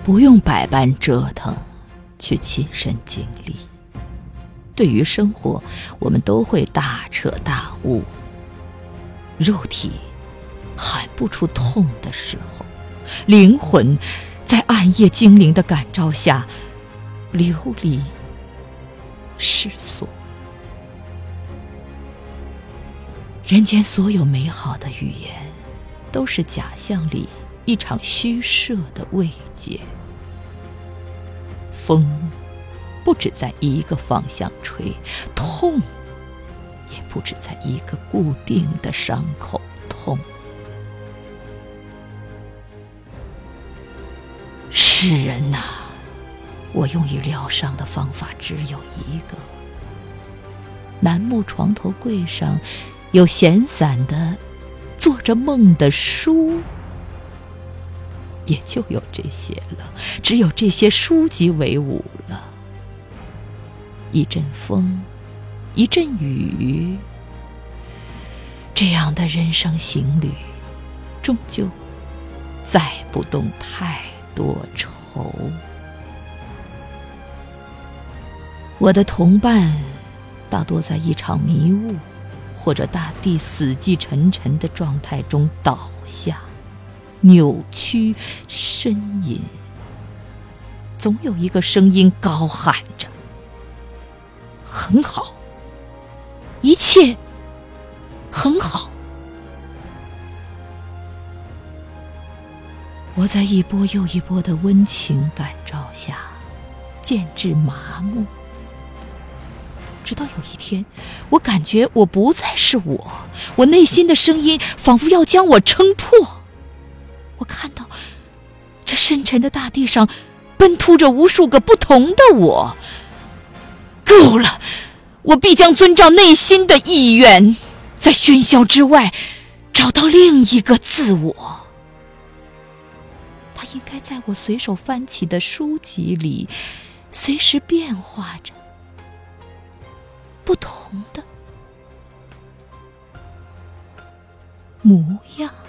不用百般折腾去亲身经历。对于生活，我们都会大彻大悟。肉体喊不出痛的时候，灵魂在暗夜精灵的感召下流离失所。人间所有美好的语言，都是假象里一场虚设的慰藉。风不只在一个方向吹，痛也不只在一个固定的伤口痛。世人呐，我用于疗伤的方法只有一个。楠木床头柜上有闲散的做着梦的书，也就有这些了，只有这些书籍为伍了。一阵风，一阵雨，这样的人生行旅，终究载不动太多愁。我的同伴大多在一场迷雾或者大地死寂沉沉的状态中倒下，扭曲呻吟。总有一个声音高喊着：很好，一切很好。我在一波又一波的温情感召下渐至麻木，直到有一天，我感觉我不再是我内心的声音仿佛要将我撑破。我看到这深沉的大地上奔突着无数个不同的我。够了，我必将遵照内心的意愿，在喧嚣之外找到另一个自我。它应该在我随手翻起的书籍里，随时变化着不同的模样。